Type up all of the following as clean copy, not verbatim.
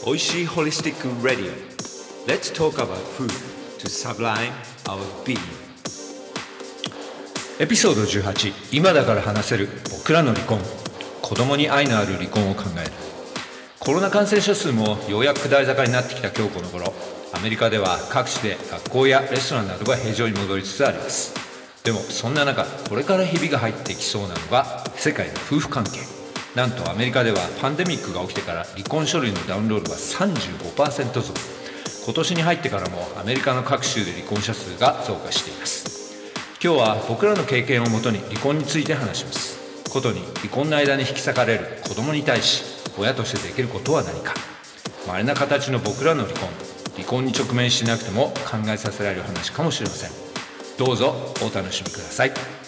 おいしいホリスティック・ラディオ Let's talk about food to sublime our being エピソード18、今だから話せる僕らの離婚。子供に愛のある離婚を考える。コロナ感染者数もようやく下り坂になってきた今日この頃、アメリカでは各地で学校やレストランなどが平常に戻りつつあります。でもそんな中、これからひびが入ってきそうなのが世界の夫婦関係。なんとアメリカではパンデミックが起きてから離婚書類のダウンロードが 35% 増。今年に入ってからもアメリカの各州で離婚者数が増加しています。今日は僕らの経験をもとに離婚について話します。ことに離婚の間に引き裂かれる子供に対し、親としてできることは何か。稀な形の僕らの離婚に直面しなくても考えさせられる話かもしれません。どうぞお楽しみください。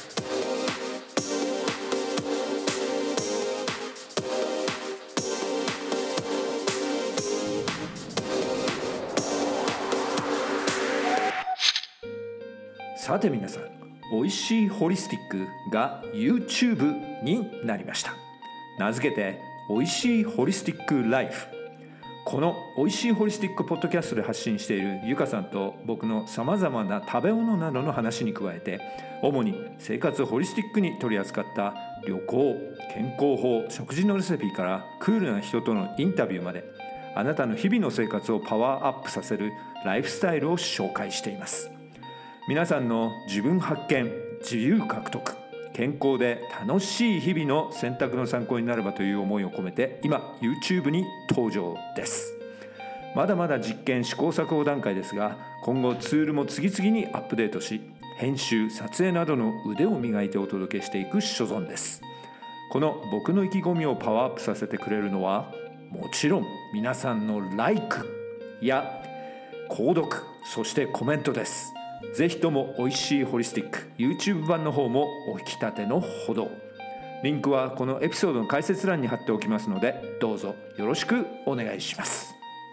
さて皆さん、おいしいホリスティックが YouTube になりました。名付けておいしいホリスティックライフ。このおいしいホリスティックポッドキャストで発信しているゆかさんと僕のさまざまな食べ物などの話に加えて、主に生活ホリスティックに取り扱った旅行、健康法、食事のレシピからクールな人とのインタビューまで、あなたの日々の生活をパワーアップさせるライフスタイルを紹介しています。皆さんの自分発見、自由獲得、健康で楽しい日々の選択の参考になればという思いを込めて、今 YouTube に登場です。まだまだ実験試行錯誤段階ですが、今後ツールも次々にアップデートし、編集、撮影などの腕を磨いてお届けしていく所存です。この僕の意気込みをパワーアップさせてくれるのは、もちろん皆さんのLIKEや購読、そしてコメントです。ぜひともおいしいホリスティック YouTube 版の方もお引き立てのほど。リンクはこのエピソードの解説欄に貼っておきますので、どうぞよろしくお願いします。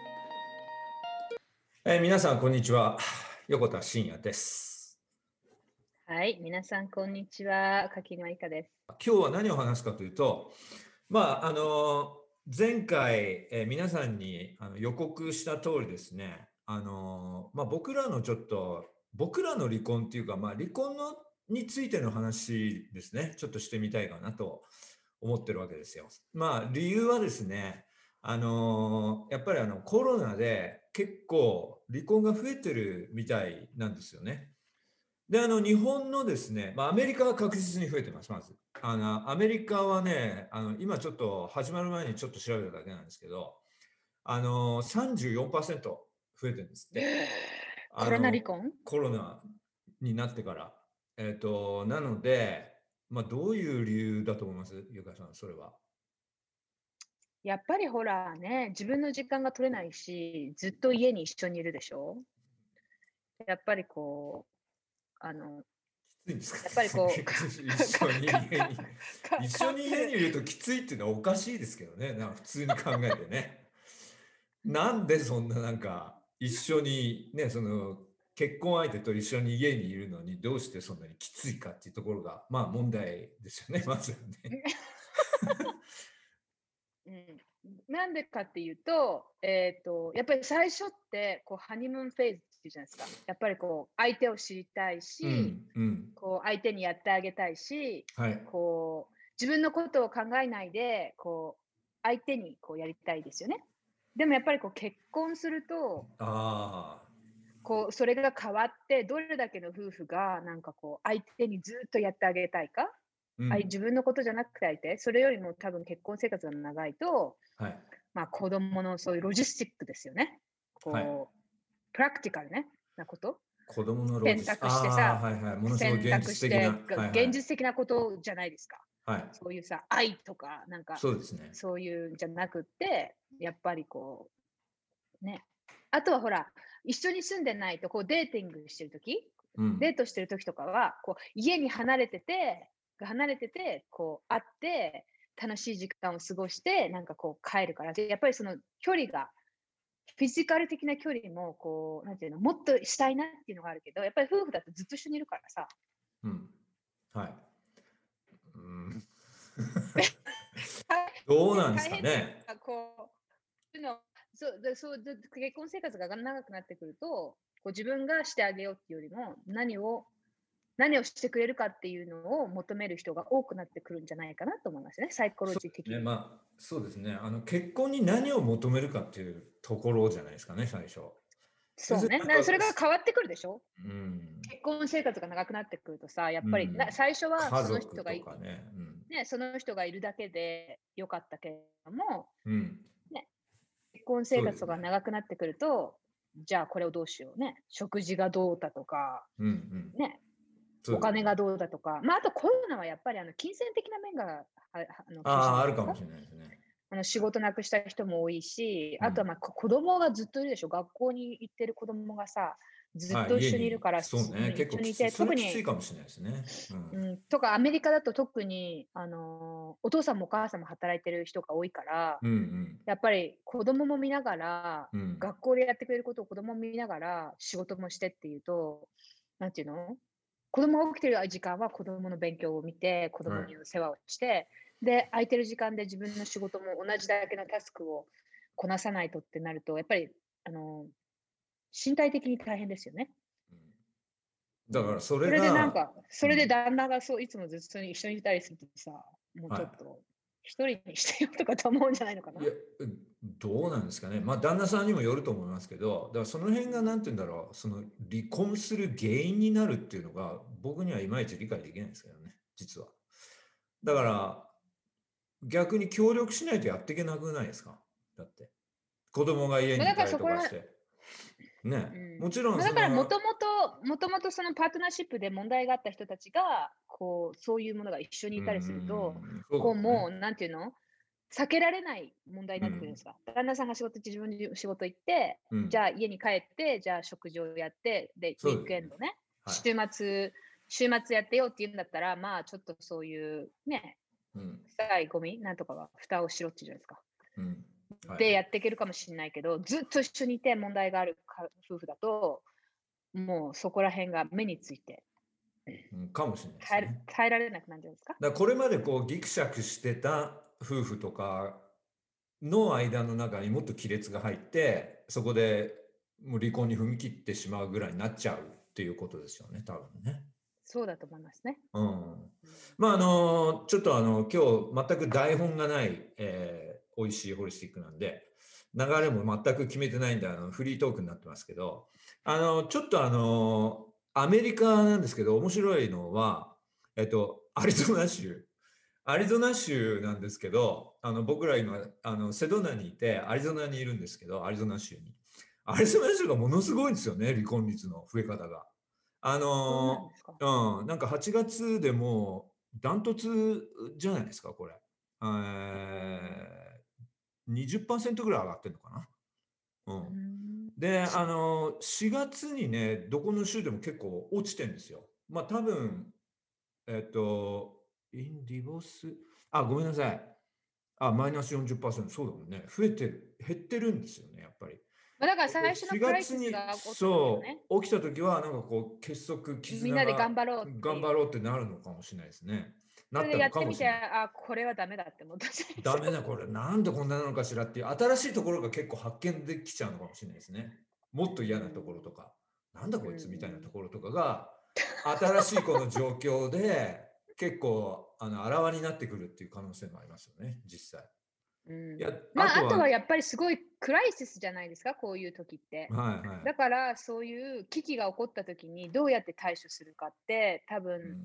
皆さんこんにちは、横田真也です。 はい、皆さんこんにちは、柿沼理香です。 今日は何を話すかというと、前回、皆さんに予告した通りですね、僕らの離婚っていうか、離婚についての話ですね、ちょっとしてみたいかなと思ってるわけですよ。理由はですね、やっぱりコロナで結構離婚が増えてるみたいなんですよね。で、日本のですね、アメリカは確実に増えてます、まず。アメリカはね、今ちょっと始まる前にちょっと調べただけなんですけど、34% 増えてるんですって。 コロナ離婚？ コロナになってから。なので、どういう理由だと思います？ゆかさん、それは。 やっぱりほらね、自分の時間が取れないし、ずっと家に一緒にいるでしょ。やっぱりこう、 きついんですか？ やっぱりこう一緒に家にいるときついっていうのはおかしいですけどね、普通に考えてね。なんでそんな一緒にね、結婚相手と一緒に家にいるのにどうしてそんなにきついかっていうところが問題ですよね、まずはね。 なんでかっていうと、やっぱり最初ってハニムーンフェーズっていうじゃないですか。やっぱり相手を知りたいし、相手にやってあげたいし、 はい、 自分のことを考えないで相手にやりたいですよね。でもやっぱり結婚すると、それが変わって、どれだけの夫婦が相手にずっとやってあげたいか、自分のことじゃなくて相手、それよりも多分結婚生活が長いと、子供のそういうロジスティックですよね。プラクティカルなこと。 子供の選択してさ、選択して現実的なことじゃないですか。そういうさ、愛とかそうですね。 そういうんじゃなくって、やっぱりね。あとはほら、一緒に住んでないとデーティングしてるとき、デートしてるときとかは家に離れてて会って楽しい時間を過ごして帰るから、やっぱりその距離がフィジカル的な距離もなんていうの、もっとしたいなっていうのがあるけど、やっぱり夫婦だとずっと一緒にいるからさ。 どうなんですかね。 そう結婚生活が長くなってくると、こう自分がしてあげようっていうよりも、何をしてくれるかっていうのを求める人が多くなってくるんじゃないかなと思いますね、サイコロジー的に。 そうですね。結婚に何を求めるかっていうところじゃないですかね、最初。 そうね。だからそれが変わってくるでしょ。 うん、 結婚生活が長くなってくるとさ、やっぱり最初はその人がいる、ね、その人がいるだけでよかったけれども、ね、結婚生活が長くなってくると、じゃあこれをどうしようね。食事がどうだとか、ね、お金がどうだとか、あとコロナはやっぱり金銭的な面があるかもしれないですね。 仕事なくした人も多いし、あとは子供がずっといるでしょ。学校に行ってる子供がさ、ずっと一緒にいるから、 そうね、結構きつい、特にきついかもしれないですね。 とかアメリカだと特にお父さんもお母さんも働いてる人が多いから、やっぱり子供も見ながら、学校でやってくれることを子供も見ながら仕事もしてっていうと、なんていうの？子供が起きてる時間は子供の勉強を見て、子供に世話をして、で、空いてる時間で自分の仕事も同じだけのタスクをこなさないとってなると、やっぱり身体的に大変ですよね。 だからそれで旦那がいつもずっと一緒にいたりするとさ、もうちょっと一人にしてよとかと思うんじゃないのかな。 いや、どうなんですかね。旦那さんにもよると思いますけど、だからその辺がなんて言うんだろう、その離婚する原因になるっていうのが僕にはいまいち理解できないんですけどね、実は。だから逆に協力しないとやっていけなくないですか。だって子供が家にいたりとかして。ね、もちろんだからもともとそのパートナーシップで問題があった人たちがそういうものが一緒にいたりすると、もうなんていうの、避けられない問題になってくるんですか。旦那さんが自分で仕事行って、じゃあ家に帰って、じゃあ食事をやって、で、ウィークエンドね、週末やってよって言うんだったら、ちょっとそういうね、臭いゴミなんとかは蓋をしろって言うじゃないですか。でやっていけるかもしれないけど、ずっと一緒にいて問題がある夫婦だと、もうそこら辺が目について、 かもしれないですね。 耐えられなくなるんじゃないですか。 だからこれまでギクシャクしてた夫婦とかの間の中にもっと亀裂が入って、そこでもう離婚に踏み切ってしまうぐらいになっちゃうっていうことですよね、多分ね。 そうだと思いますね。 ちょっと今日全く台本がない、美味しいホリスティックなんで、流れも全く決めてないんでフリートークになってますけど、ちょっとアメリカなんですけど、面白いのは、アリゾナ州なんですけど、僕ら今セドナにいてアリゾナにいるんですけど、アリゾナ州がものすごいんですよね、離婚率の増え方が。なんか8月でもダントツじゃないですか、これ。20% ぐらい上がってるのかな。で、4月にね、どこの州でも結構落ちてるんですよ。多分、インディボス、ごめんなさい。マイナス 40%、そうだもんね。減ってるんですよね、やっぱり。 だから最初のクライシスが起きた時ね。 起きた時は、なんか結束、絆がみんなで頑張ろうってなるのかもしれないですね。 それでやってみて、これはダメだって思ったじゃないですか。 ダメだ、これ。なんでこんななのかしらっていう、新しいところが結構発見できちゃうのかもしれないですね。もっと嫌なところとか、なんだこいつみたいなところとかが、新しいこの状況で結構あらわになってくるっていう可能性もありますよね、実際。 あとはやっぱりすごいクライシスじゃないですか、こういう時って。だからそういう危機が起こった時にどうやって対処するかって多分、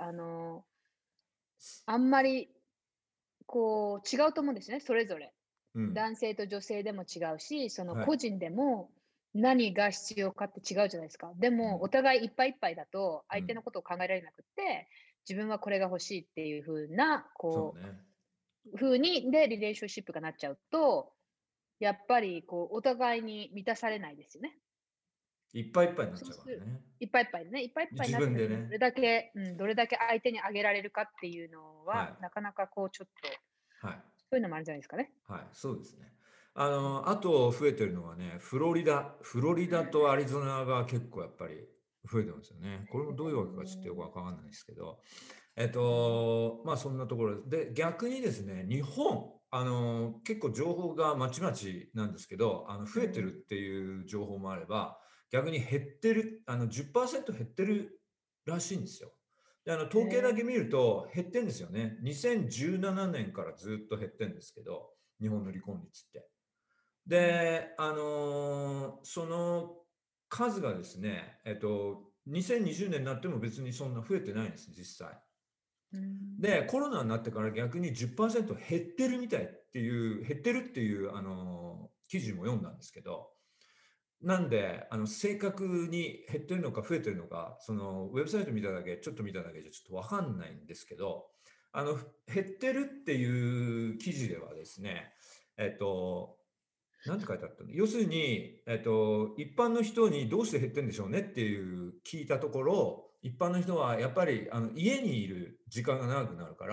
あんまり違うと思うんですね、それぞれ。男性と女性でも違うし、その個人でも何が必要かって違うじゃないですか。でもお互いいっぱいいっぱいだと相手のことを考えられなくて、自分はこれが欲しいっていう風な風にでリレーションシップがなっちゃうと、やっぱりお互いに満たされないですよね。 いっぱいいっぱいになっちゃうからね。 いっぱいいっぱいね。いっぱいいっぱいになって、どれだけ相手にあげられるかっていうのは、なかなかちょっと、そういうのもあるんじゃないですかね。 そうですね。あと増えてるのはね、フロリダとアリゾナが結構やっぱり増えてますよね。これもどういうわけかちょっとよくわからないですけど、そんなところで、逆にですね、日本、 結構情報がまちまちなんですけど、増えてるっていう情報もあれば、逆に減ってる、10% 減ってるらしいんですよ。で、統計だけ見ると減ってんですよね。2017年からずっと減ってんですけど、日本の離婚率って。で、その数がですね、2020年になっても別にそんな増えてないんです、実際。で、コロナになってから逆に 10% 減ってるみたいっていう、減ってるっていう、記事も読んだんですけど、なんで、正確に減ってるのか増えてるのか、そのウェブサイト見ただけ、ちょっと見ただけじゃちょっとわかんないんですけど、減ってるっていう記事ではですね、なんて書いてあったの？要するに、一般の人にどうして減ってるんでしょうねっていう聞いたところ、一般の人はやっぱり家にいる時間が長くなるから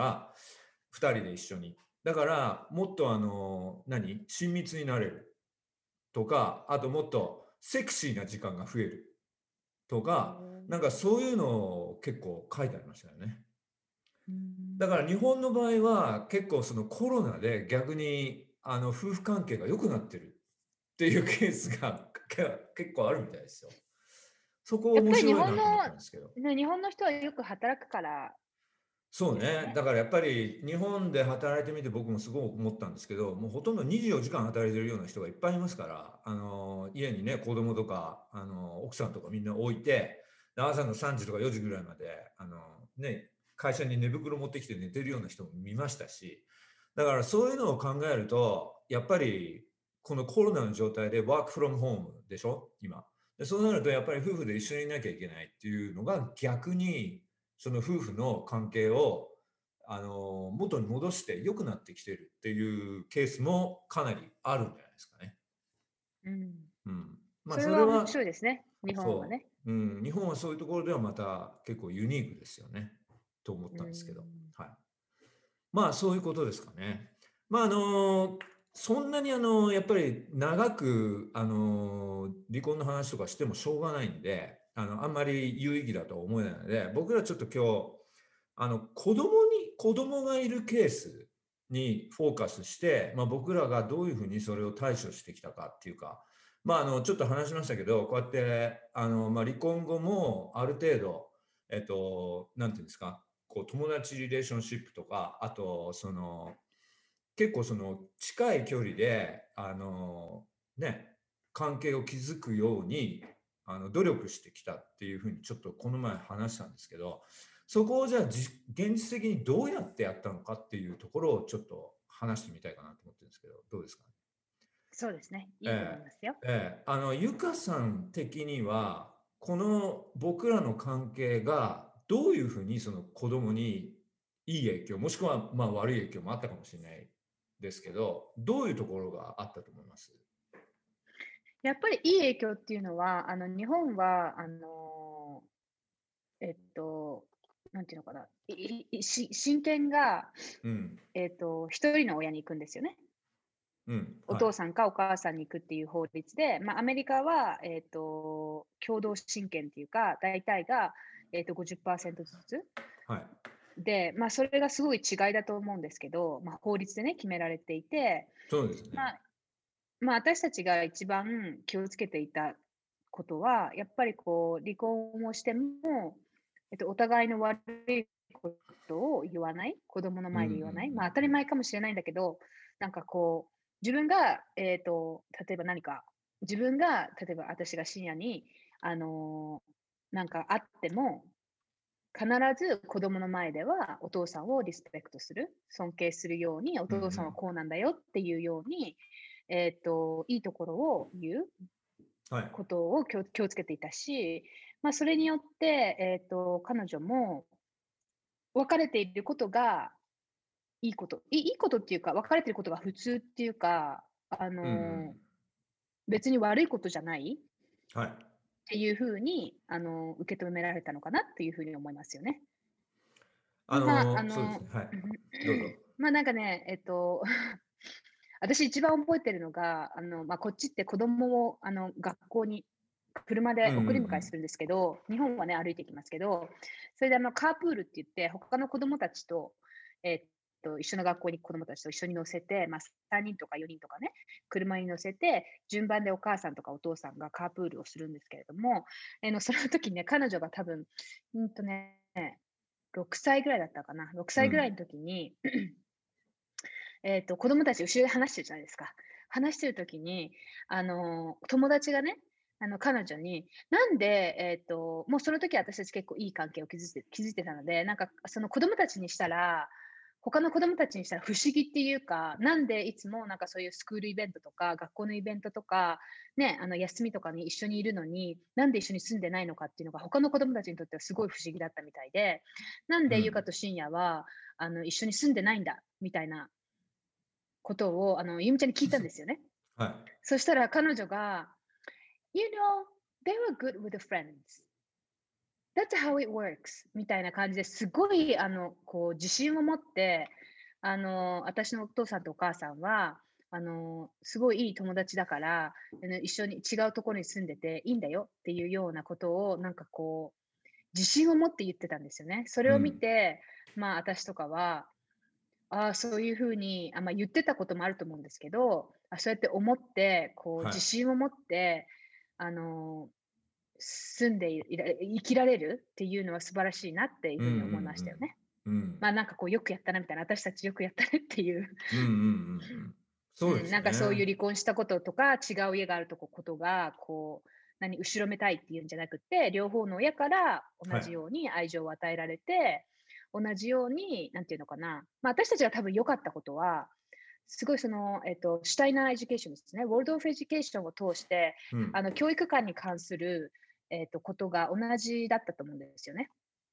、2人で一緒に。だから、もっと親密になれるとか、あともっとセクシーな時間が増えるとか、なんかそういうのを結構書いてありましたよね。だから日本の場合は結構そのコロナで逆に夫婦関係が良くなってるっていうケースが結構あるみたいですよ。そこ面白いなと思ったんですけど。 日本の人はよく働くからそうね。だからやっぱり日本で働いてみて僕もすごい思ったんですけど、もうほとんど24時間働いてるような人がいっぱいいますから、家にね、子供とか、奥さんとかみんな置いて、朝の3時とか4時ぐらいまで、会社に寝袋持ってきて寝てるような人も見ましたし、だからそういうのを考えると、やっぱりこのコロナの状態でワークフロムホームでしょ、今。でそうなるとやっぱり夫婦で一緒にいなきゃいけないっていうのが逆に、その夫婦の関係を元に戻して良くなってきてるっていうケースもかなりあるんじゃないですかね。 まあそれは面白いですね、日本はね。 日本はそういうところではまた結構ユニークですよねと思ったんですけど、はい。まあそういうことですかね。まあそんなにやっぱり長く離婚の話とかしてもしょうがないんで、あんまり有意義だとは思えないので、僕らちょっと今日子供がいるケースにフォーカスして、まあ、僕らがどういうふうにそれを対処してきたかっていうか、まあ、ちょっと話しましたけど、こうやってまあ、離婚後もある程度なんていうんですか、こう友達リレーションシップとか、あと結構近い距離で関係を築くように努力してきたっていうふうにちょっとこの前話したんですけど、そこをじゃあ現実的にどうやってやったのかっていうところをちょっと話してみたいかなと思ってるんですけど、どうですかね。 そうですね、いいと思いますよ。 ゆかさん的にはこの僕らの関係がどういうふうにその子供にいい影響、もしくはまあ悪い影響もあったかもしれないですけど、どういうところがあったと思います？ やっぱりいい影響っていうのは、日本は、なんていうのかな、親権が、一人の親に行くんですよね。お父さんかお母さんに行くっていう法律で、まあ、アメリカは、共同親権っていうか、大体が、50% ずつ。で、まあ、それがすごい違いだと思うんですけど、まあ、法律でね、決められていて、 そうですね。 まあ、私たちが一番気をつけていたことは、やっぱりこう、離婚をしても、お互いの悪いことを言わない、子供の前で言わない、まあ当たり前かもしれないんだけど、なんかこう、自分が、例えば例えば私が深夜に、なんかあっても、必ず子供の前ではお父さんをリスペクトする、尊敬するように、お父さんはこうなんだよっていうように、いいところを言うことを気をつけていたし、まあ、それによって、彼女も別れていることがいいことっていうか、別れていることが普通っていうか、別に悪いことじゃないっていうふうに受け止められたのかなっていうふうに思いますよね。 そうですね。はい。どうぞ。 まあなんかね、私一番覚えてるのが、まあ、こっちって子供を学校に車で送り迎えするんですけど、日本はね、歩いていきますけど、それでカープールって言って、他の子供たちと、 一緒の学校に子供たちと一緒に乗せて、3人とか4人とかね、車に乗せて、順番でお母さんとかお父さんがカープールをするんですけれども、その時にね、彼女が多分、6歳ぐらいだったかな。6歳ぐらいの時に、子供たち後ろで話してるじゃないですか。話してる時に、友達がね、彼女に、なんで、もうその時私たち結構いい関係を築いてたので、なんかその子供たちにしたら、他の子供たちにしたら不思議っていうか、なんでいつもなんかそういうスクールイベントとか、学校のイベントとか、ね、休みとかに一緒にいるのに、なんで一緒に住んでないのかっていうのが他の子供たちにとってはすごい不思議だったみたいで、なんでゆかと深夜は一緒に住んでないんだみたいなことをゆみちゃんに聞いたんですよね。 はい。 そしたら彼女が、You know, they were good with the friends. That's how it works. みたいな感じですごいこう自信を持って、私のお父さんとお母さんは、すごいいい友達だから、一緒に違うところに住んでていいんだよっていうようなことを、なんかこう、自信を持って言ってたんですよね。それを見て、私とかは、そういうふうに、言ってたこともあると思うんですけど、そうやって思って、こう、 はい。 自信を持って、あの、住んで生きられるっていうのは素晴らしいなっていうふうに思いましたよね。なんかこう、よくやったなみたいな、私たちよくやったねっていう。 そうですなんかそういうね。 離婚したこととか、違う家があることが、こう、後ろめたいっていうんじゃなくて、両方の親から同じように愛情を与えられて、同じように、なんていうのかな、私たちが多分良かったことは、すごいその、シュタイナーエデュケーションですね。ウォールドオフエデュケーションを通して、教育観に関する、ことが同じだったと思うんですよね。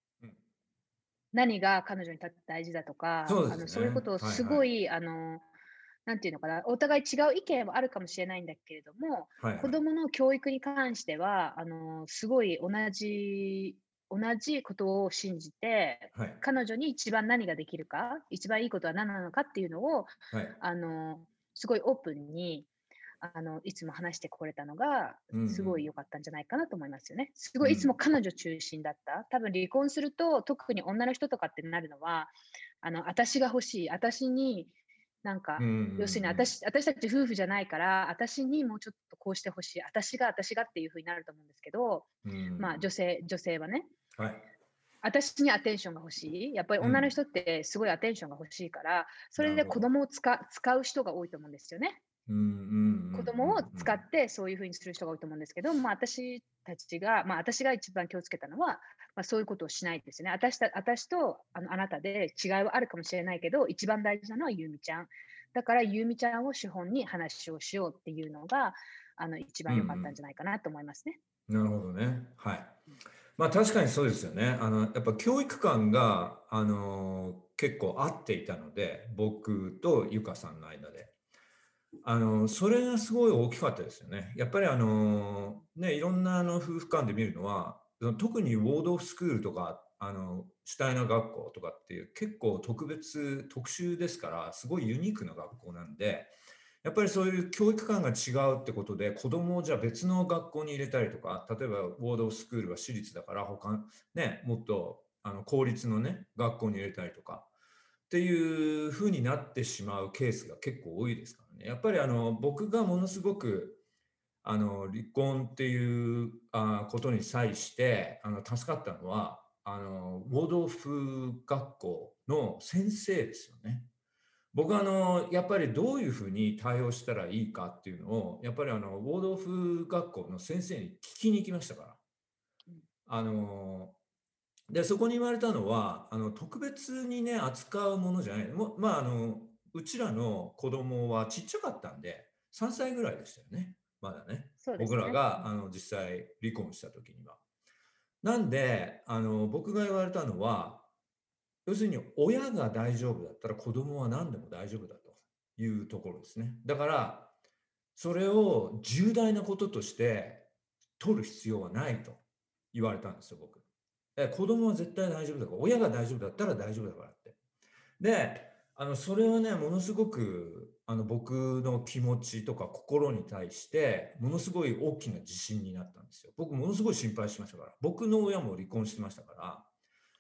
何が彼女にとって大事だとか、 そうですね。 そういうことをはいはい。 すごい、なんていうのかな、お互い違う意見はあるかもしれないんだけれども、 はいはい。 子供の教育に関しては、すごい同じことを信じて、 はい。 彼女に一番何ができるか、一番いいことは何なのかっていうのを、 はい。 あの、すごいオープンに、いつも話してこれたのが、すごい良かったんじゃないかなと思いますよね。すごいいつも彼女中心だった。多分離婚すると、特に女の人とかってなるのは、私が欲しい、私になんか、要するに私たち夫婦じゃないから、私にもうちょっとこうしてほしい、私がっていう風になると思うんですけど、女性はね、 はい。 私にアテンションが欲しい。やっぱり女の人ってすごいアテンションが欲しいから、それで子なるほど。 供を使う人が多いと思うんですよね。子供を使ってそういう風にする人が多いと思うんですけど、私たちが、私が一番気をつけたのは、そういうことをしないですよね。私とあなたで違いはあるかもしれないけど、一番大事なのはゆうみちゃん。だからゆうみちゃんを資本に話をしようっていうのが、一番良かったんじゃないかなと思いますね。 なるほどね。はい。確かにそうですよね。やっぱ教育観が、結構合っていたので、僕とゆかさんの間で。それがすごい大きかったですよね。やっぱりいろんな夫婦間で見るのは、特にウォードオフスクールとか、シュタイナー学校とかっていう結構特殊ですから、すごいユニークな学校なんで、やっぱりそういう教育観が違うってことで、子供をじゃあ別の学校に入れたりとか、例えばウォードオフスクールは私立だからもっと公立のね、学校に入れたりとか、っていう風になってしまうケースが結構多いですからね。やっぱり僕がものすごく離婚っていうことに際して助かったのはウォードオフ学校の先生ですよね。僕はやっぱりどういうふうに対応したらいいかっていうのをやっぱりウォードオフ学校の先生に聞きに行きましたから。あのでそこに言われたのは特別にね扱うものじゃない。うちらの子供はちっちゃかったんで3歳ぐらいでしたよね。まだね。僕らそうですね。 が実際離婚した時には。なんで僕が言われたのは要するに親が大丈夫だったら子供は何でも大丈夫だというところですね。だからそれを重大なこととして取る必要はないと言われたんですよ、僕。子供は絶対大丈夫だから、親が大丈夫だったら大丈夫だからって。で、それはね、ものすごく、僕の気持ちとか心に対して、ものすごい大きな自信になったんですよ。僕、ものすごい心配しましたから。僕の親も離婚してましたから、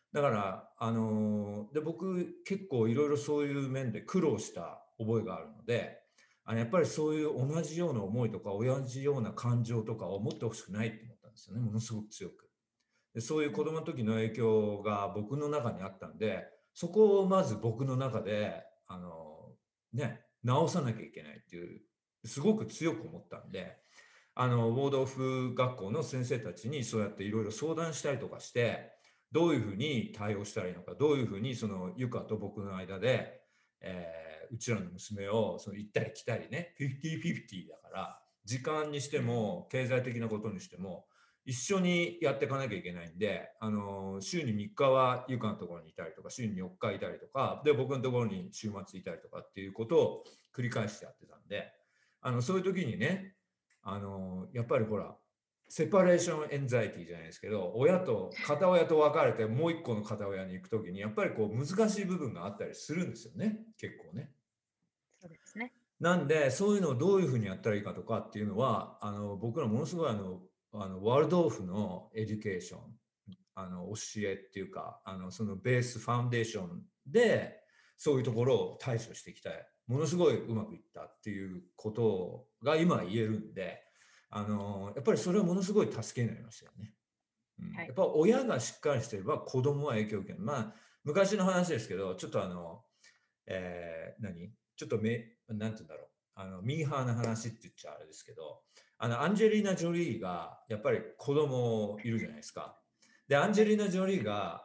だから、で、僕結構いろいろそういう面で苦労した覚えがあるので、やっぱりそういう同じような思いとか、同じような感情とかを持ってほしくないって思ったんですよね、ものすごく強く。で、そういう子供の時の影響が僕の中にあったんで、そこをまず僕の中で、直さなきゃいけないっていう、すごく強く思ったんで、ウォードオフ学校の先生たちにそうやっていろいろ相談したりとかして、どういうふうに対応したらいいのか、どういうふうにそのゆかと僕の間で、うちらの娘をその行ったり来たりね、50-50だから、時間にしても、経済的なことにしても、一緒にやっていかなきゃいけないんで、週に3日はゆかのところにいたりとか、週に4日いたりとか、で、僕のところに週末いたりとかっていうことを繰り返してやってたんで、そういう時にね、やっぱりほら、セパレーションエンザイティじゃないですけど、片親と別れてもう一個の片親に行くときに、やっぱりこう難しい部分があったりするんですよね、結構ね。 そうですね。 なんで、そういうのをどういうふうにやったらいいかとかっていうのは、僕らものすごいワルドオフのエデュケーション、教えっていうか、そのベース、ファウンデーションで、そういうところを対処していきたい。ものすごいうまくいったっていうことが今言えるんで、やっぱりそれはものすごい助けになりましたよね。 はい。 やっぱ親がしっかりしてれば子供は影響を受ける。まあ、昔の話ですけど、ちょっとちょっとなんて言うんだろう。ミーハーな話って言っちゃあれですけど、アンジェリーナ・ジョリーがやっぱり子供いるじゃないですか。で、アンジェリーナ・ジョリーが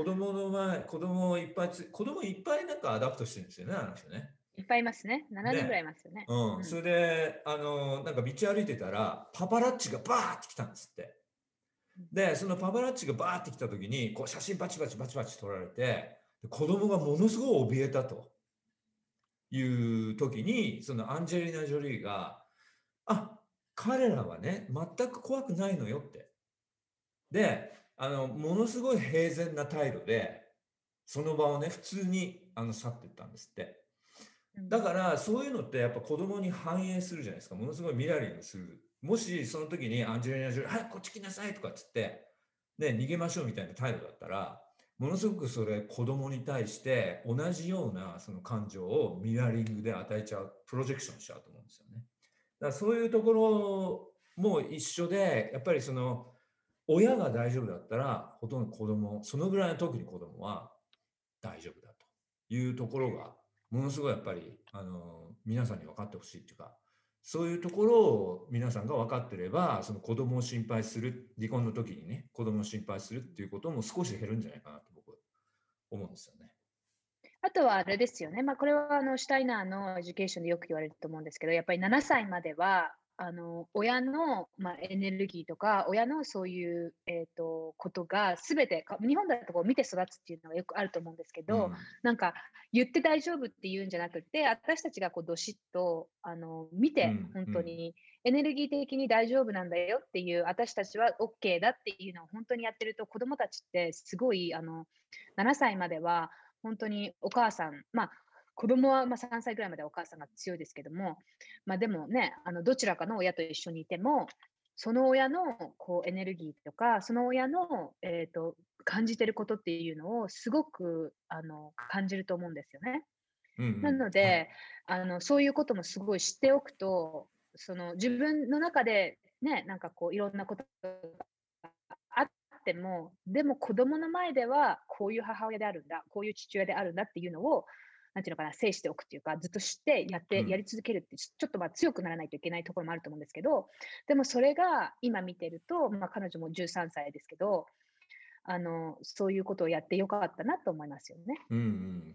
子供いっぱいなんかアダプトしてるんですよね、あの人ね。 いっぱいいますね。7人ぐらいね。 いますよね。 うん。それで、なんか道歩いてたら、パパラッチがバーって来たんですって。で、そのパパラッチがバーって来た時に、こう写真バチバチバチバチ撮られて、子供がものすごい怯えたという時に、そのアンジェリーナ・ジョリーが、あ、彼らはね、全く怖くないのよって。で、ものすごい平然な態度で、その場をね、普通に去っていったんですって。だからそういうのってやっぱ子供に反映するじゃないですか。ものすごいミラーリングする。もしその時にアンジェリーナ・ジョリー、はい、こっち来なさいとかっつって、ね、逃げましょうみたいな態度だったら、ものすごくそれ子供に対して同じようなその感情をミラーリングで与えちゃう、プロジェクションしちゃうと思うんですよね。だからそういうところも一緒で、やっぱりその親が大丈夫だったら、ほとんど子供、そのぐらいの特に子供は大丈夫だというところが、ものすごいやっぱり、皆さんに分かってほしいっていうか、そういうところを皆さんが分かってれば、その子供を心配する、離婚の時にね、子供を心配するっていうことも少し減るんじゃないかなと僕は思うんですよね。 あとはあれですよね。これはシュタイナーのエデュケーションでよく言われると思うんですけど、やっぱり7歳までは、親の、エネルギーとか、親のそういう、ことが全て、日本だとこう見て育つっていうのがよくあると思うんですけど、 うん。 なんか言って大丈夫って言うんじゃなくて、私たちがこうどしっと、見て、 うん。うん。 本当にエネルギー的に大丈夫なんだよっていう、私たちは OK だっていうのを本当にやってると、子供たちってすごい、7歳までは、本当にお母さん、子供は3歳ぐらいまでお母さんが強いですけども、でもね、どちらかの親と一緒にいても、その親のこうエネルギーとか、その親の、感じてることっていうのをすごく感じると思うんですよね。 うん。うなん。はい。 ので、そういうこともすごい知っておくと、その自分の中でね、なんかこういろんなことがあっても、でも子供の前ではこういう母親であるんだ、こういう父親であるんだっていうのを、なんていうのかな、制しておくっていうか、ずっと知ってやうん。 り続けるって、ちょっと強くならないといけないところもあると思うんですけど、でもそれが今見てると、彼女も13歳ですけど、そういうことをやってよかったなと思いますよね。 うん。うん。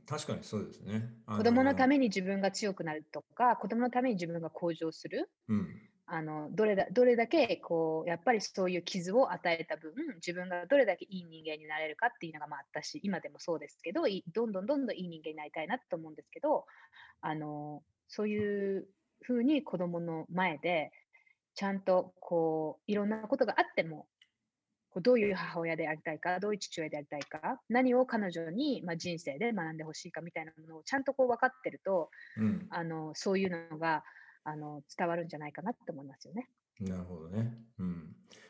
確かにそうですね。 子供のために自分が強くなるとか、子供のために自分が向上する。 うん。 どれだけ、こう、やっぱりそういう傷を与えた分、自分がどれだけいい人間になれるかっていうのが、私、今でもそうですけど、どんどんどんどんいい人間になりたいなと思うんですけど、そういうふうに子供の前で、ちゃんと、こう、いろんなことがあっても、こうどういう母親でありたいか、どういう父親でありたいか、何を彼女に、人生で学んでほしいかみたいなものをちゃんとこう分かってると、 うん。 そういうのが伝わるんじゃないかなと思いますよね。 なるほどね。うん。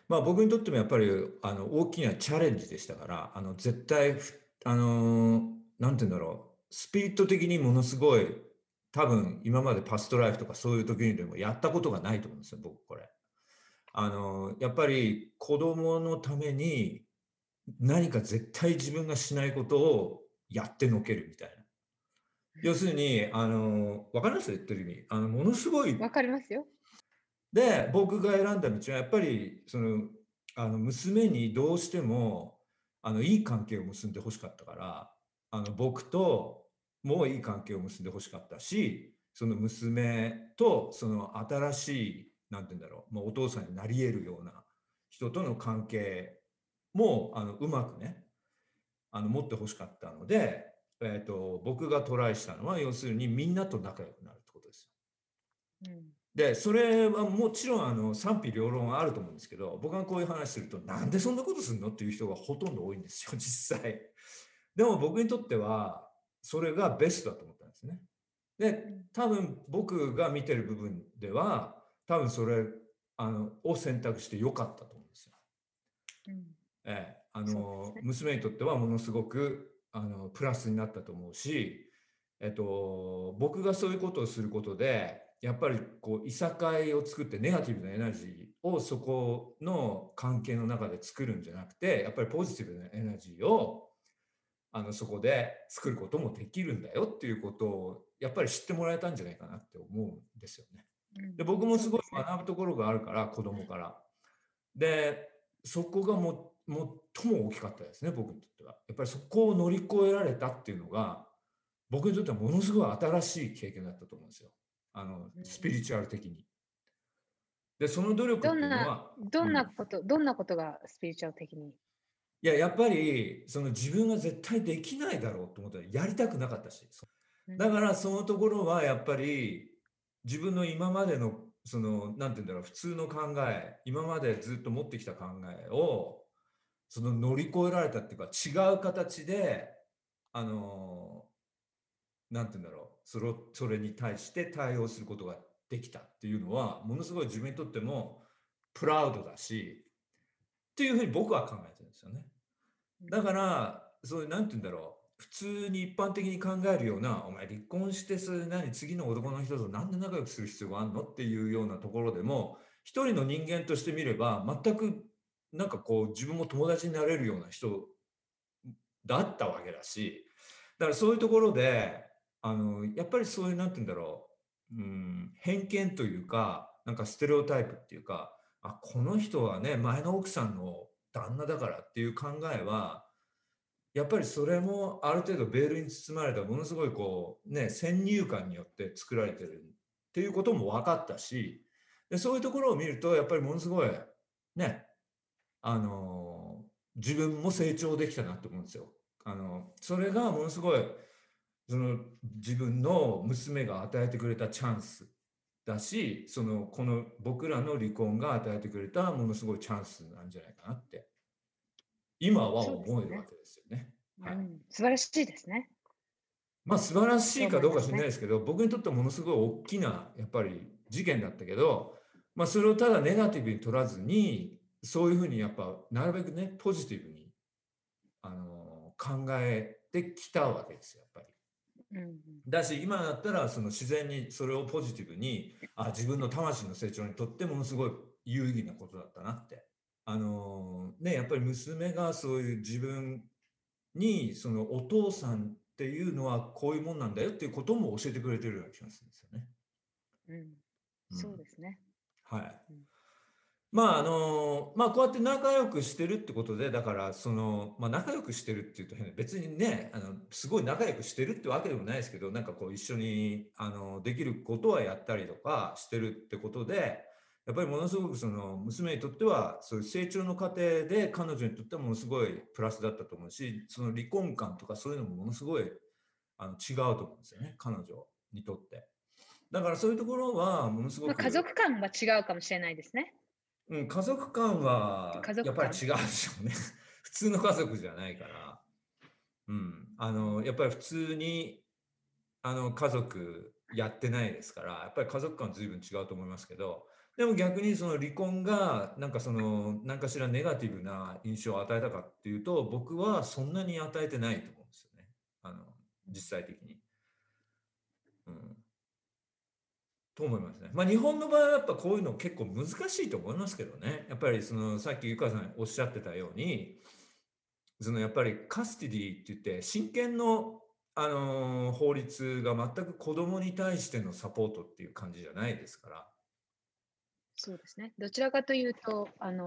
まあ僕にとってもやっぱり大きなチャレンジでしたから、絶対なんて言うんだろう、スピリット的にものすごい、多分今までパストライフとかそういう時にでもやったことがないと思うんですよ、僕これ。やっぱり子供のために何か絶対自分がしないことをやってのけるみたいな。要するに、わかります言ってる意味。ものすごい。 わかりますよ。 で、僕が選んだ道はやっぱり、娘にどうしても、いい関係を結んでほしかったから、僕ともいい関係を結んでほしかったし、その娘とその新しい、なんて言うんだろう、お父さんになり得るような人との関係も、うまくね、持ってほしかったので、僕がトライしたのは、要するにみんなと仲良くなるってことですよ。で、それはもちろん賛否両論はあると思うんですけど、僕がこういう話すると、なんでそんなことするのっていう人がほとんど多いんですよ、実際。でも僕にとっては、それがベストだと思ったんですね。で、多分僕が見てる部分では、多分それを選択してよかったと思うんですよ。娘にとってはものすごくプラスになったと思うし、僕がそういうことをすることで、やっぱりこういさかいを作ってネガティブなエナジーをそこの関係の中で作るんじゃなくて、やっぱりポジティブなエナジーをそこで作ることもできるんだよっていうことをやっぱり知ってもらえたんじゃないかなって思うんですよね。で、僕もすごい学ぶところがあるから、子供から。で、そこが最も大きかったですね、僕にとっては。やっぱりそこを乗り越えられたっていうのが、僕にとってはものすごい新しい経験だったと思うんですよ。スピリチュアル的に。で、その努力っていうのは。 どんなことがスピリチュアル的に？ いや、やっぱり、自分が絶対できないだろうと思ったらやりたくなかったし。だからそのところはやっぱり、自分の今までの、なんて言うんだろう、普通の考え、今までずっと持ってきた考えを、乗り越えられたっていうか、違う形で、なんて言うんだろう、それに対して対応することができたっていうのは、ものすごい自分にとってもプラウドだし、っていうふうに僕は考えてるんですよね。だから、そういう、なんて言うんだろう、普通に一般的に考えるような、お前離婚して、次の男の人となんで仲良くする必要があるのっていうようなところでも、一人の人間として見れば、全くなんかこう、自分も友達になれるような人だったわけだし、だからそういうところで、やっぱりそういう、なんて言うんだろう、偏見というか、なんかステレオタイプっていうか、この人はね、前の奥さんの旦那だからっていう考えは、やっぱりそれもある程度ベールに包まれたものすごいこうね、先入観によって作られてるっていうことも分かったし、でそういうところを見るとやっぱりものすごいね、自分も成長できたなと思うんですよ。それがものすごい自分の娘が与えてくれたチャンスだし、この僕らの離婚が与えてくれたものすごいチャンスなんじゃないかなって今は思えるわけですよね。 素晴らしいですね。 まあ素晴らしいかどうか知らないですけど、僕にとってはものすごい大きなやっぱり事件だったけど、まあそれをただネガティブに取らずに、そういうふうにやっぱなるべくねポジティブに考えてきたわけですよ、やっぱり。だし今だったら自然にそれをポジティブに自分の魂の成長にとってものすごい有意義なことだったなって。やっぱり娘がそういう自分にお父さんっていうのはこういうもんなんだよっていうことも教えてくれてるような気がするんですよね。 そうですね。 はい。まあこうやって仲良くしてるってことで、だから仲良くしてるっていうと変な、別にねすごい仲良くしてるってわけでもないですけど、なんかこう一緒にできることはやったりとかしてるってことで、やっぱりものすごく娘にとってはそういう成長の過程で彼女にとってはものすごいプラスだったと思うし、離婚観とかそういうのもものすごい違うと思うんですよね、彼女にとって。だからそういうところはものすごく、 家族観は違うかもしれないですね。 家族観はやっぱり違うでしょうね。普通の家族じゃないから。やっぱり普通に家族やってないですから、やっぱり家族観は随分違うと思いますけど、 でも逆にその離婚がなんかその何かしらネガティブな印象を与えたかっていうと、僕はそんなに与えてないと思うんですよね。実際的に。うん。と思いますね。まあ日本の場合はやっぱこういうの結構難しいと思いますけどね。やっぱりそのさっきゆかさんおっしゃってたように、そのやっぱりカスティディって言って親権の、法律が全く子供に対してのサポートっていう感じじゃないですから。 そうですね。どちらかというと、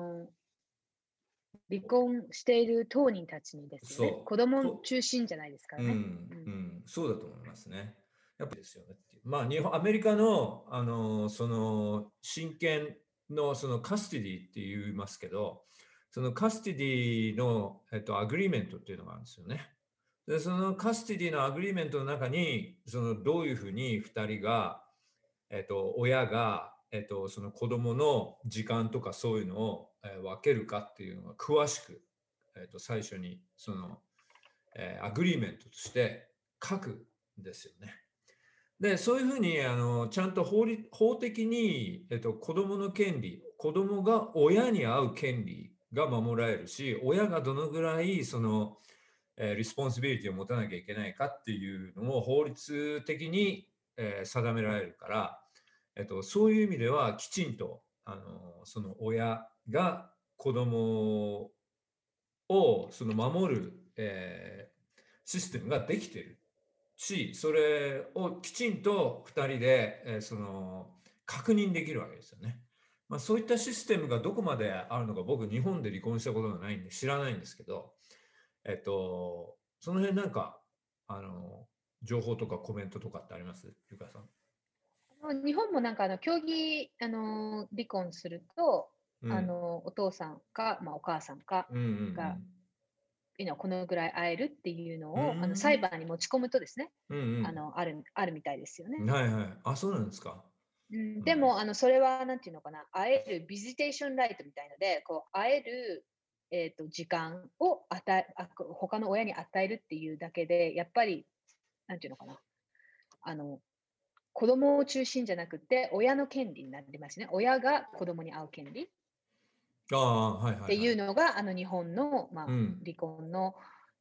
離婚している当人たちにですよね。 そう。 子供中心じゃないですからね。 そうだと思いますね。やっぱりですよねっていう。まあアメリカの、その親権のそのカスティディって言いますけど、そのカスティディの、アグリーメントっていうのがあるんですよね。で、そのカスティディのアグリーメントの中に、そのどういうふうに2人が、親が、その子供の時間とかそういうのを、分けるかっていうのが詳しく、最初にその、アグリーメントとして書くんですよね。で、そういうふうにちゃんと法的に、子供の権利、子供が親に会う権利が守られるし、親がどのぐらいその、リスポンシビリティを持たなきゃいけないかっていうのを法律的に、定められるから、そういう意味ではきちんとその親が子供をその守る、システムができているし、それをきちんと2人で、その確認できるわけですよね。まあ、そういったシステムがどこまであるのか僕日本で離婚したことがないんで知らないんですけど、その辺なんか情報とかコメントとかってあります？ゆかさん。 日本もなんか競技離婚すると、お父さんか、お母さんかが、このぐらい会えるっていうのを裁判に持ち込むとですね、あるみたいですよね。 はいはい。あ、そうなんですか。 でもそれはなんていうのかな、会えるビジテーションライトみたいので、こう会える、時間を他の親に与えるっていうだけで、やっぱりなんていうのかな、子供を中心じゃなくて、親の権利になりますね。親が子供に会う権利っああ、はいはいてはい。 いうのが、日本の、 うん離婚の、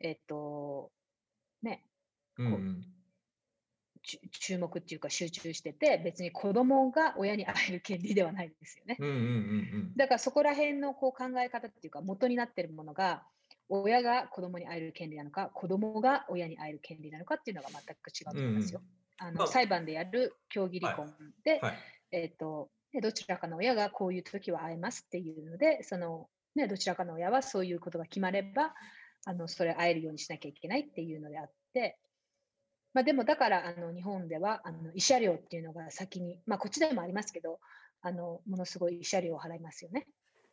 ね、こううんうん注目っていうか集中してて、別に子供が親に会える権利ではないですよね。 うんうんうんだからそこら辺のこう考え方っていうか、元になっているものが、親が子供に会える権利なのか、子供が親に会える権利なのかっていうのが全く違ううんうんうん。 と思いますよ。 ま裁判でやる協議離はい婚で、 はい。 どちらかの親がこういう時は会えますっていうので、どちらかの親はそういうことが決まれば、それ会えるようにしなきゃいけないっていうのであって、でもだから日本では慰謝料っていうのが先に、こっちでもありますけど、ものすごい慰謝料を払いますよね。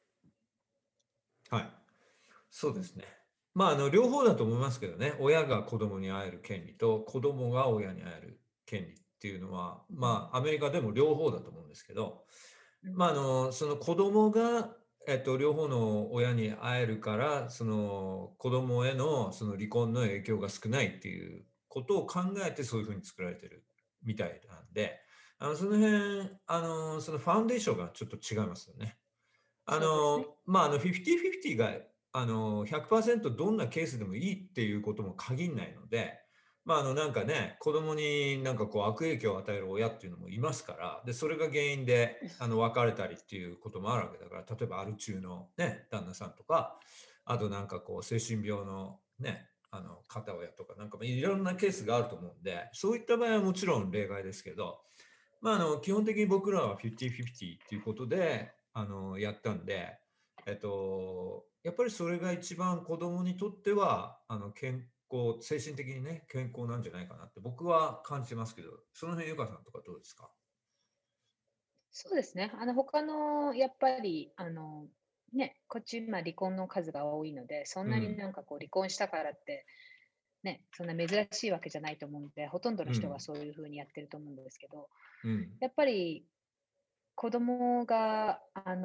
はい。そうですね。まあ、両方だと思いますけどね。親が子供に会える権利と子供が親に会える権利っていうのは、まあ、アメリカでも両方だと思うんですけど、まあ、その子供が、両方の親に会えるから、その子供へのその離婚の影響が少ないっていうことを考えてそういうふうに作られてるみたいなんで、その辺、そのファウンデーションがちょっと違いますよね。 そうですね。 50-50が、100% どんなケースでもいいっていうことも限らないので、なんかね、子供になんかこう悪影響を与える親っていうのもいますから、で、それが原因で、別れたりっていうこともあるわけだから、例えばアル中のね、旦那さんとか、あとなんかこう、精神病のね、片親とか、なんかいろんなケースがあると思うんで、そういった場合はもちろん例外ですけど、基本的に僕らは50-50っていうことで、やったんで、やっぱりそれが一番子供にとっては、健康、精神的にね、健康なんじゃないかなって僕は感じてますけど、その辺、ゆかさんとかどうですか？ そうですね。他の、やっぱり、こっち、離婚の数が多いので、そんなにうん、 なんかこう、離婚したからって、そんな珍しいわけじゃないと思うので、ほとんどの人がうん、 そういうふうにやってると思うんですけど、 うん、 やっぱり子供が、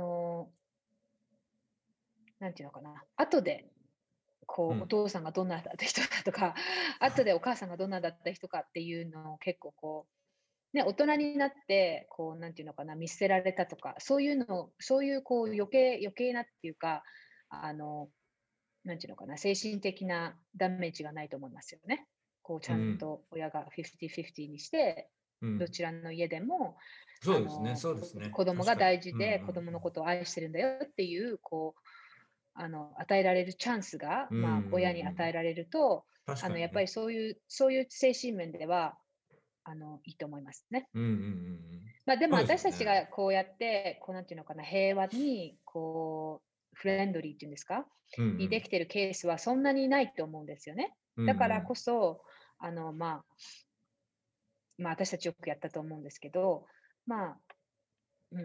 なんていうのかな、後で、こう、おうん、 父さんがどんなだった人だとか、後でお母さんがどんなだった人かっていうのを結構こう、 ね、大人になって、こう、なんていうのかな、見捨てられたとか、そういうの、そういうこう余計なっていうか、なんていうのかな、精神的なダメージがないと思いますよね。こう、ちゃんうん。 と親が50-50にして、 うん。 どちらの家でも、 そうですね。そうですね。 子供が確かに。 大事で、 うん子供のことを愛してるんだよっていう、こう、与えられるチャンスが、 うん。うん。うんう親に与えん。 られると、やっぱ確かにね。 りそういう精神面では、いいと思いますね。 うんうんうんうん。 でもそうですよ私たちね。 がこうやって、こうなんていうのかな、平和に、こう、フレンドリーっていうんですかうんうにでん。 きてるケースはそんなにないと思うんですよね。 うんうだからん。 こそ、私たちよくやったと思うんですけど、まあ、うん、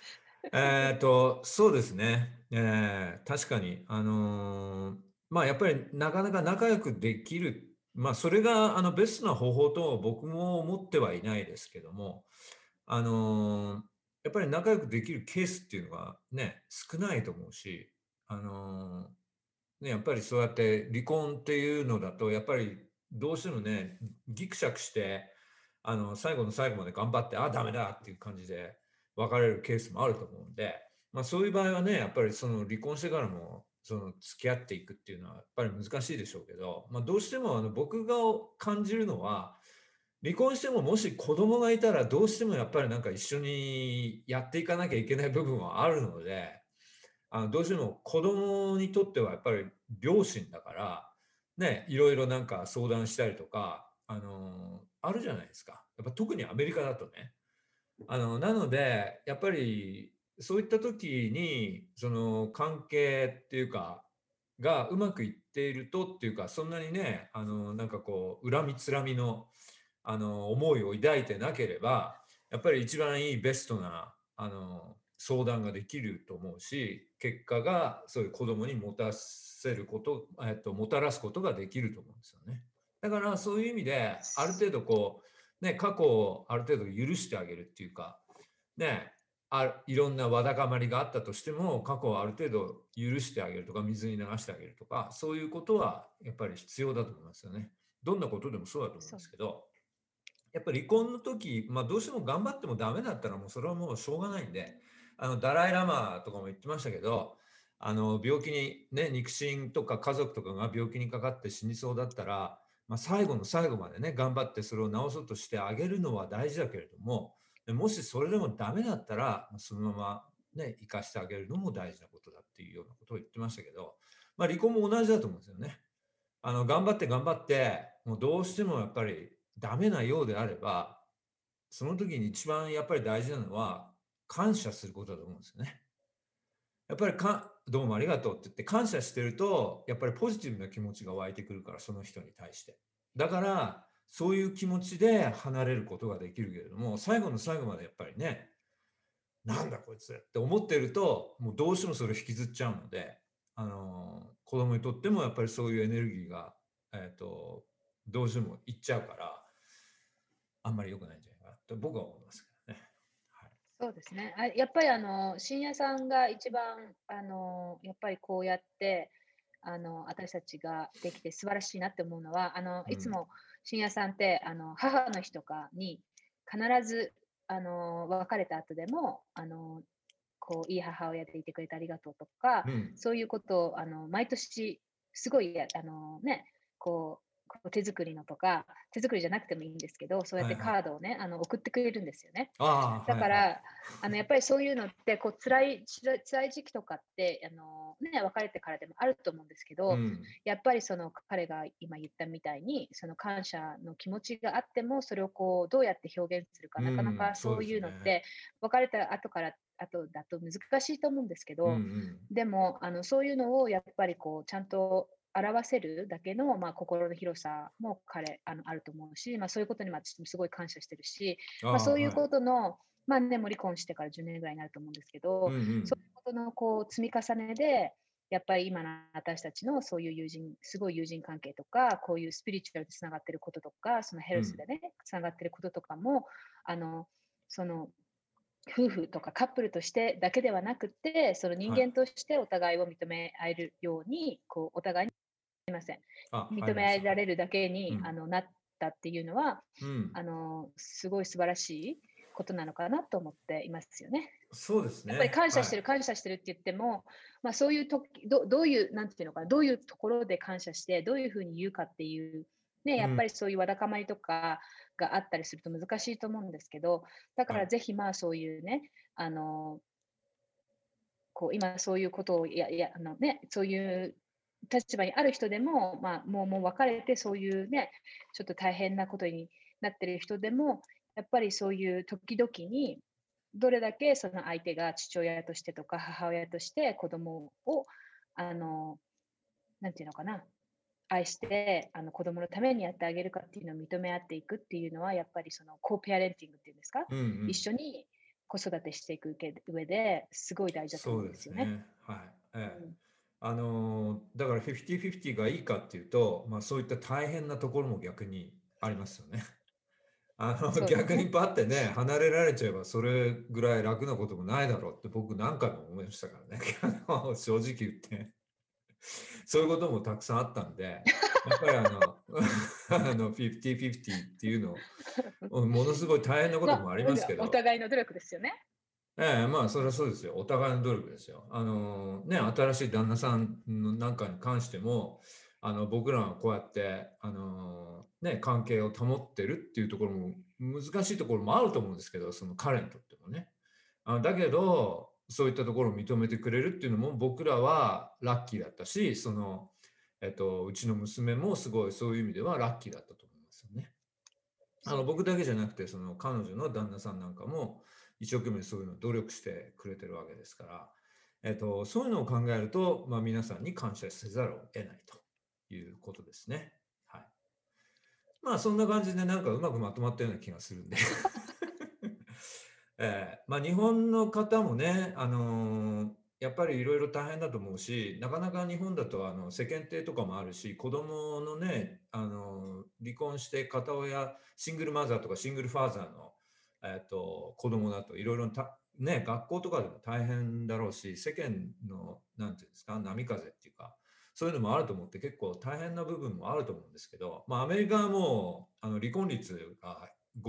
そうですね。確かに。やっぱりなかなか仲良くできる、それがベストな方法と僕も思ってはいないですけども、あのーやっぱり仲良くできるケースっていうのがね、少ないと思うし、あのやっぱりそうやって離婚っていうのだと、やっぱりどうしてもね、ギクシャクして、最後の最後まで頑張って、あ、ダメだっていう感じで別れるケースもあると思うんで、そういう場合はね、やっぱりその離婚してからも、その付き合っていくっていうのはやっぱり難しいでしょうけど、どうしても僕が感じるのは、離婚してももし子供がいたらどうしてもやっぱりなんか一緒にやっていかなきゃいけない部分はあるので、どうしても子供にとってはやっぱり両親だから、ね、いろいろなんか相談したりとか、あるじゃないですか。やっぱ特にアメリカだとね。なので、やっぱりそういった時に、その関係っていうか、がうまくいっているとっていうか、そんなにね、なんかこう、恨みつらみの、思いを抱いてなければ、やっぱり一番いいベストな、相談ができると思うし、結果がそういう子供に持たせること、もたらすことができると思うんですよね。だからそういう意味で、ある程度こう、ね、過去をある程度許してあげるっていうか、ね、いろんなわだかまりがあったとしても、過去をある程度許してあげるとか、水に流してあげるとか、そういうことはやっぱり必要だと思いますよね。どんなことでもそうだと思うんそう、 ですけど、やっぱり離婚の時、どうしても頑張ってもダメだったらもうそれはもうしょうがないんで、ダライラマとかも言ってましたけど、病気にね、肉親とか家族とかが病気にかかって死にそうだったら、最後の最後までね、頑張ってそれを治そうとしてあげるのは大事だけれども、もしそれでもダメだったら、そのままね、生かしてあげるのも大事なことだっていうようなことを言ってましたけど、離婚も同じだと思うんですよね。頑張って頑張って、もうどうしてもやっぱりダメなようであれば、その時に一番やっぱり大事なのは、感謝することだと思うんですよね。やっぱりどうもありがとうって言って感謝してると、やっぱりポジティブな気持ちが湧いてくるから、その人に対して。だから、そういう気持ちで離れることができるけれども、最後の最後までやっぱりね、なんだこいつって思ってると、もうどうしてもそれを引きずっちゃうので、子供にとってもやっぱりそういうエネルギーが、どうしてもいっちゃうから、あんまり良くないんじゃないかなと僕は思いますけどね。はい。 そうですね。やっぱり深夜さんが一番、やっぱりこうやって、私たちができて素晴らしいなって思うのは、 うん。 いつも深夜さんって、母の日とかに必ず、別れた後でも、こう、いい母親でいてくれてありがとうとか、 うん。 そういうことを、毎年、すごい、こ手作りのとか、手作りじゃなくてもいいんですけど、そうやってはいはい。 カードをね、送ってくれるんですよね。 ああ、はいはい。 だから、やっぱりそういうのって、こう、辛い時期とかって、別れてからでもあると思うんですけど、 うん。 やっぱりその彼が今言ったみたいに、その感謝の気持ちがあっても、それをこう、どうやって表現するか、なかなうん、 かそうそうですね。 いうのって、別れた後だと難しいと思うんですけうんうど、 ん。 でも、そういうのをやっぱりこう、ちゃんと表せるだけの、心の広さもあると思うし、そういうことに私もすごい感謝してるし、 ああ、 そういうはい。 ことの、もう離婚してから10年ぐらいになると思うんですけうんど、そういうん。 うことのこう積み重ねで、やっぱり今の私たちのそういうすごい友人関係とか、こういうスピリチュアルでつながってることとか、そのヘうん。 ルスでね、つながってることとかも、あの、その夫婦とかカップルとしてだけではなくて、その人はい。 間としてお互いを認め合えるように、こうお互いにすみません。 あ、入りました。 認め合えはい。 られるだけに、 うん。 ったっていうのは、 うん、 すごい素晴らしいことなのかなと思っていますよね。 そうですやっぱりね。はい。 感謝してるって言っても、まあ、そういう時どういう、なんていうのかな、どういうところで感謝して、どういうふうに言うかっていう、ね、 うん、 やっぱりそういうわだかまりとかがあったりすると難しいと思うんですけど、だかはい。 らぜひまあそういうね、あの、こう今そういうことをそういう立場にある人でも、まあ、もう別れてそういうね、ちょっと大変なことになってる人でも、やっぱりそういう時々に、どれだけその相手が父親としてとか母親として子供を、あの、なんていうのかな、愛して、子供のためにやってあげるかっていうのを認め合っていくっていうのは、やっぱりそのコーペアレンティングっていうんですか、 うんう一ん。 緒に子育てしていく上ですごい大事だと思そうでうんですよね。 すね。はい。ええ。 うん、 だから50-50がいいかっていうと、まあそういった大変なところも逆にありますよね。逆にそうですね。 パってね、離れられちゃえばそれぐらい楽なこともないだろうって僕何回も思いましたからね。正直言って。そういうこともたくさんあったんで、やっぱり50-50っていうのものすごい大変なことまあ、 もありますけおど、 互いの努力ですよね。 ええ、まあ、それはそうですよ。お互いの努力ですよ。ね、新しい旦那さんのなんかに関しても、僕らはこうやって、ね、関係を保ってるっていうところも、難しいところもあると思うんですけど、その彼にとってもね。だけど、そういったところを認めてくれるっていうのも、僕らはラッキーだったし、うちの娘もすごいそういう意味ではラッキーだったと思いますよね。 そうですね。 僕だけじゃなくて、その彼女の旦那さんなんかも一生懸命そういうのを努力してくれてるわけですから、そういうのを考えると、まあ、皆さんに感謝せざるを得ないということですね。はい。まあそんな感じでなんかうまくまとまったような気がするんでまあ、日本の方もね、やっぱりいろいろ大変だと思うし、なかなか日本だと世間体とかもあるし、子供のね、離婚して片親、シングルマザーとかシングルファーザーの、子供だといろいろね、学校とかでも大変だろうし、世間の、なんていうんですか、波風っていうか、そういうのもあると思って結構大変な部分もあると思うんですけど、まあ、アメリカはもう離婚率が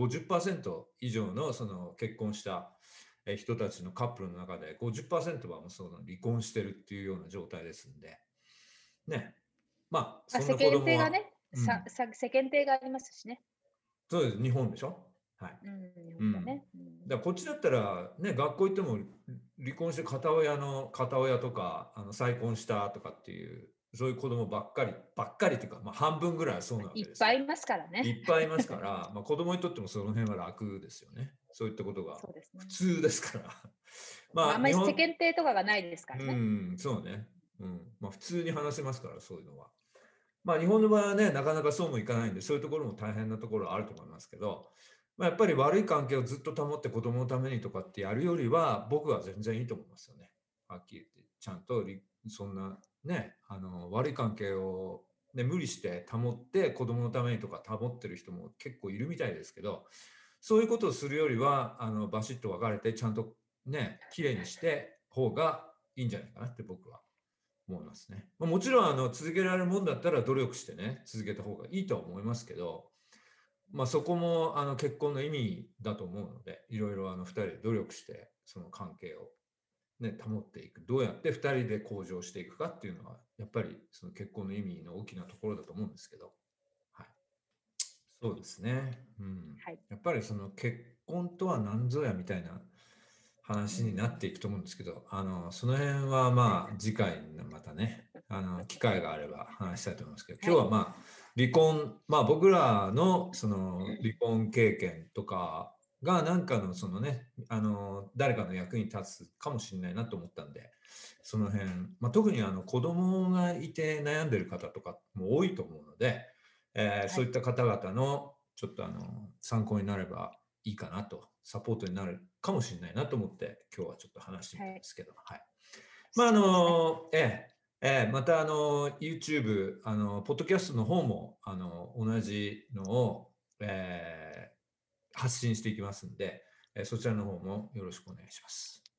50%以上のその結婚した人たちのカップルの中で50%はもうその離婚してるっていうような状態ですんで、ね。まあ、 まあ、 そんな子世間供は、 体がね、 うん、 世間体がありますしね。 そうです、日本でしょ。はい。 うん、日うん。 本だね。うん、 だからこっちだったら、ね、学校行っても離婚して片親とか、再婚したとかっていう、そういう子供ばっかりっていうか、まあ半分ぐらいはそうなわいけですよ。 っぱいいますからね。 いっぱいいますから、まあ、子供にとってもその辺は楽ですよね。そういったことがそうですね。 普通ですから。 まあ、あんまり世まあ日本、 間体とかがないですかうらね。 ん、そうね。うん。まあ普通に話せますから、そういうのは。まあ日本の場合はね、なかなかそうもいかないんで、そういうところも大変なところはあると思いますけど、まあ、やっぱり悪い関係をずっと保って子供のためにとかってやるよりは、僕は全然いいと思いますよね。はっきり言って、ちゃんとそんなね、悪い関係を、ね、無理して保って子供のためにとか保ってる人も結構いるみたいですけど、そういうことをするよりは、バシッと別れて、ちゃんとね、綺麗にして方がいいんじゃないかなって僕は思いますね。もちろん続けられるもんだったら努力してね続けた方がいいとは思いますけど、まあ、そこも結婚の意味だと思うので、いろいろ2人で努力してその関係を、ね、保っていく、どうやって2人で向上していくかっていうのはやっぱりその結婚の意味の大きなところだと思うんですけど、はい、そうですね、うん、 はい。 やっぱりその結婚とは何ぞやみたいなう話になっていん、 くと思うんですけど、その辺はまあ次回またね、機会があれば話したいと思いますけど、 はい。 今日はまあ離婚、まあ僕らのその離婚経験とかがなんかのそのね、誰かの役に立つかもしれないなと思ったんで、その辺、まあ、特に子供がいて悩んでる方とかも多いと思うので、 はい。 そういった方々のちょっと参考になればいいかなと、サポートになるかもしれないなと思って、今日はちょっと話してみはい。 たんですけど、はい。まあ、 そうですね。 またYouTube、ポッドキャストの方も、同じのを、発信していきますんで、そちらの方もよろしくお願いします。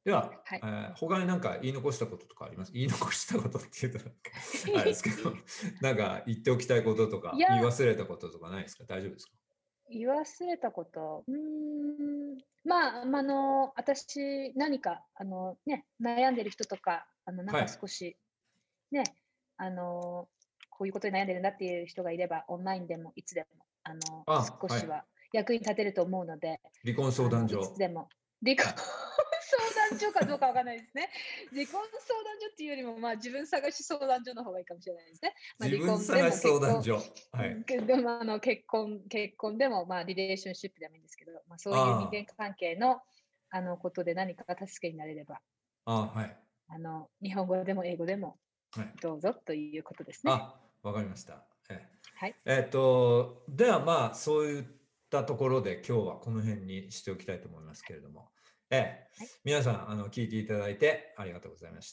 では、 はい他に何か言い残したこととかあります？言い残したことって言うとあれですけど、なんか言っておきたいこととか、 いや言い忘れたこととかないですか？大丈夫ですか？ 言わ忘れたこと、まあ、私、何か、悩んでる人とか、なんか少し、ね、こういうことに悩んでるんだっていう人がいれば、オンラインでもいつでも、少しは役に立てると思うので、 離婚相談所。 いつでも。離婚相談所かどうかわからないですね。離婚相談所っていうよりも、まあ、自分探し相談所の方がいいかもしれないですね。まあ、 自分探し相談所。 はい、でも結婚でも、まあ、リレーションシップでもいいんですけど、まあ、そういう人間関係のことで何か助けになれれば、日本語でも英語でもどうぞということですね。 わかりました。 はい、 ではまあそういったところで今日はこの辺にしておきたいと思いますけれども、皆さん聞いていただいてありがとうございました。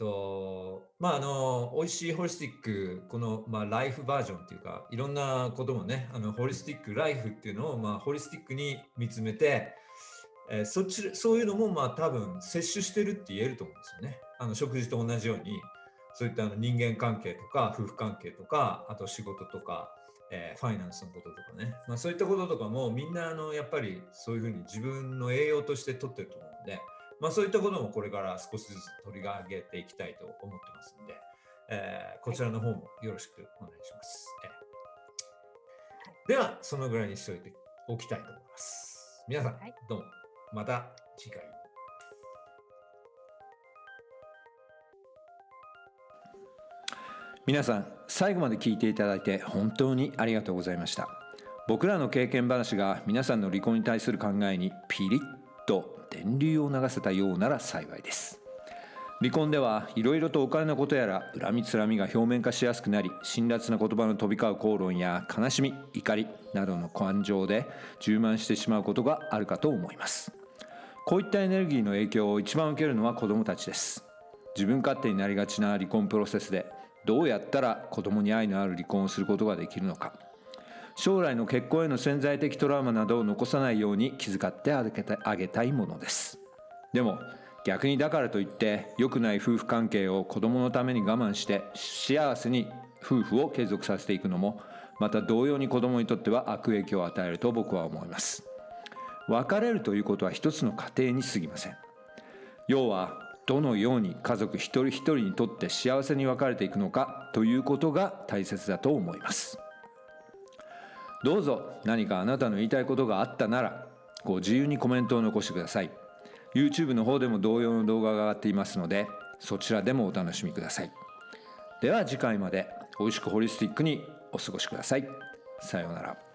おいしいホリスティック、この、ライフバージョンっていうか、いろんなこともね、ホリスティックライフっていうのを、ホリスティックに見つめて、そういうのも多分摂取してるって言えると思うんですよね。食事と同じように、そういった人間関係とか夫婦関係とか、あと仕事とか、ファイナンスのこととかね、そういったこととかもみんなやっぱりそういうふうに自分の栄養として取ってると思うので、そういったこともこれから少しずつ取り上げていきたいと思ってますので、こちらの方もよろしくお願いします。ではそのぐらいにしておきたいと思います。皆さん、どうもまた次回。 皆さん、最後まで聞いていただいて本当にありがとうございました。僕らの経験話が皆さんの離婚に対する考えにピリッと電流を流せたようなら幸いです。離婚ではいろいろとお金のことやら恨みつらみが表面化しやすくなり、辛辣な言葉の飛び交う口論や悲しみ、怒りなどの感情で充満してしまうことがあるかと思います。こういったエネルギーの影響を一番受けるのは子どもたちです。自分勝手になりがちな離婚プロセスで、どうやったら子供に愛のある離婚をすることができるのか、将来の結婚への潜在的トラウマなどを残さないように気遣ってあげたいものです。でも逆にだからといって良くない夫婦関係を子供のために我慢して幸せに夫婦を継続させていくのも、また同様に子供にとっては悪影響を与えると僕は思います。別れるということは一つの過程に過ぎません。要はどのように家族一人一人にとって幸せに別れていくのかということが大切だと思います。どうぞ何かあなたの言いたいことがあったならご自由にコメントを残してください。 YouTube の方でも同様の動画が上がっていますので、そちらでもお楽しみください。では次回までおいしくホリスティックにお過ごしください。さようなら。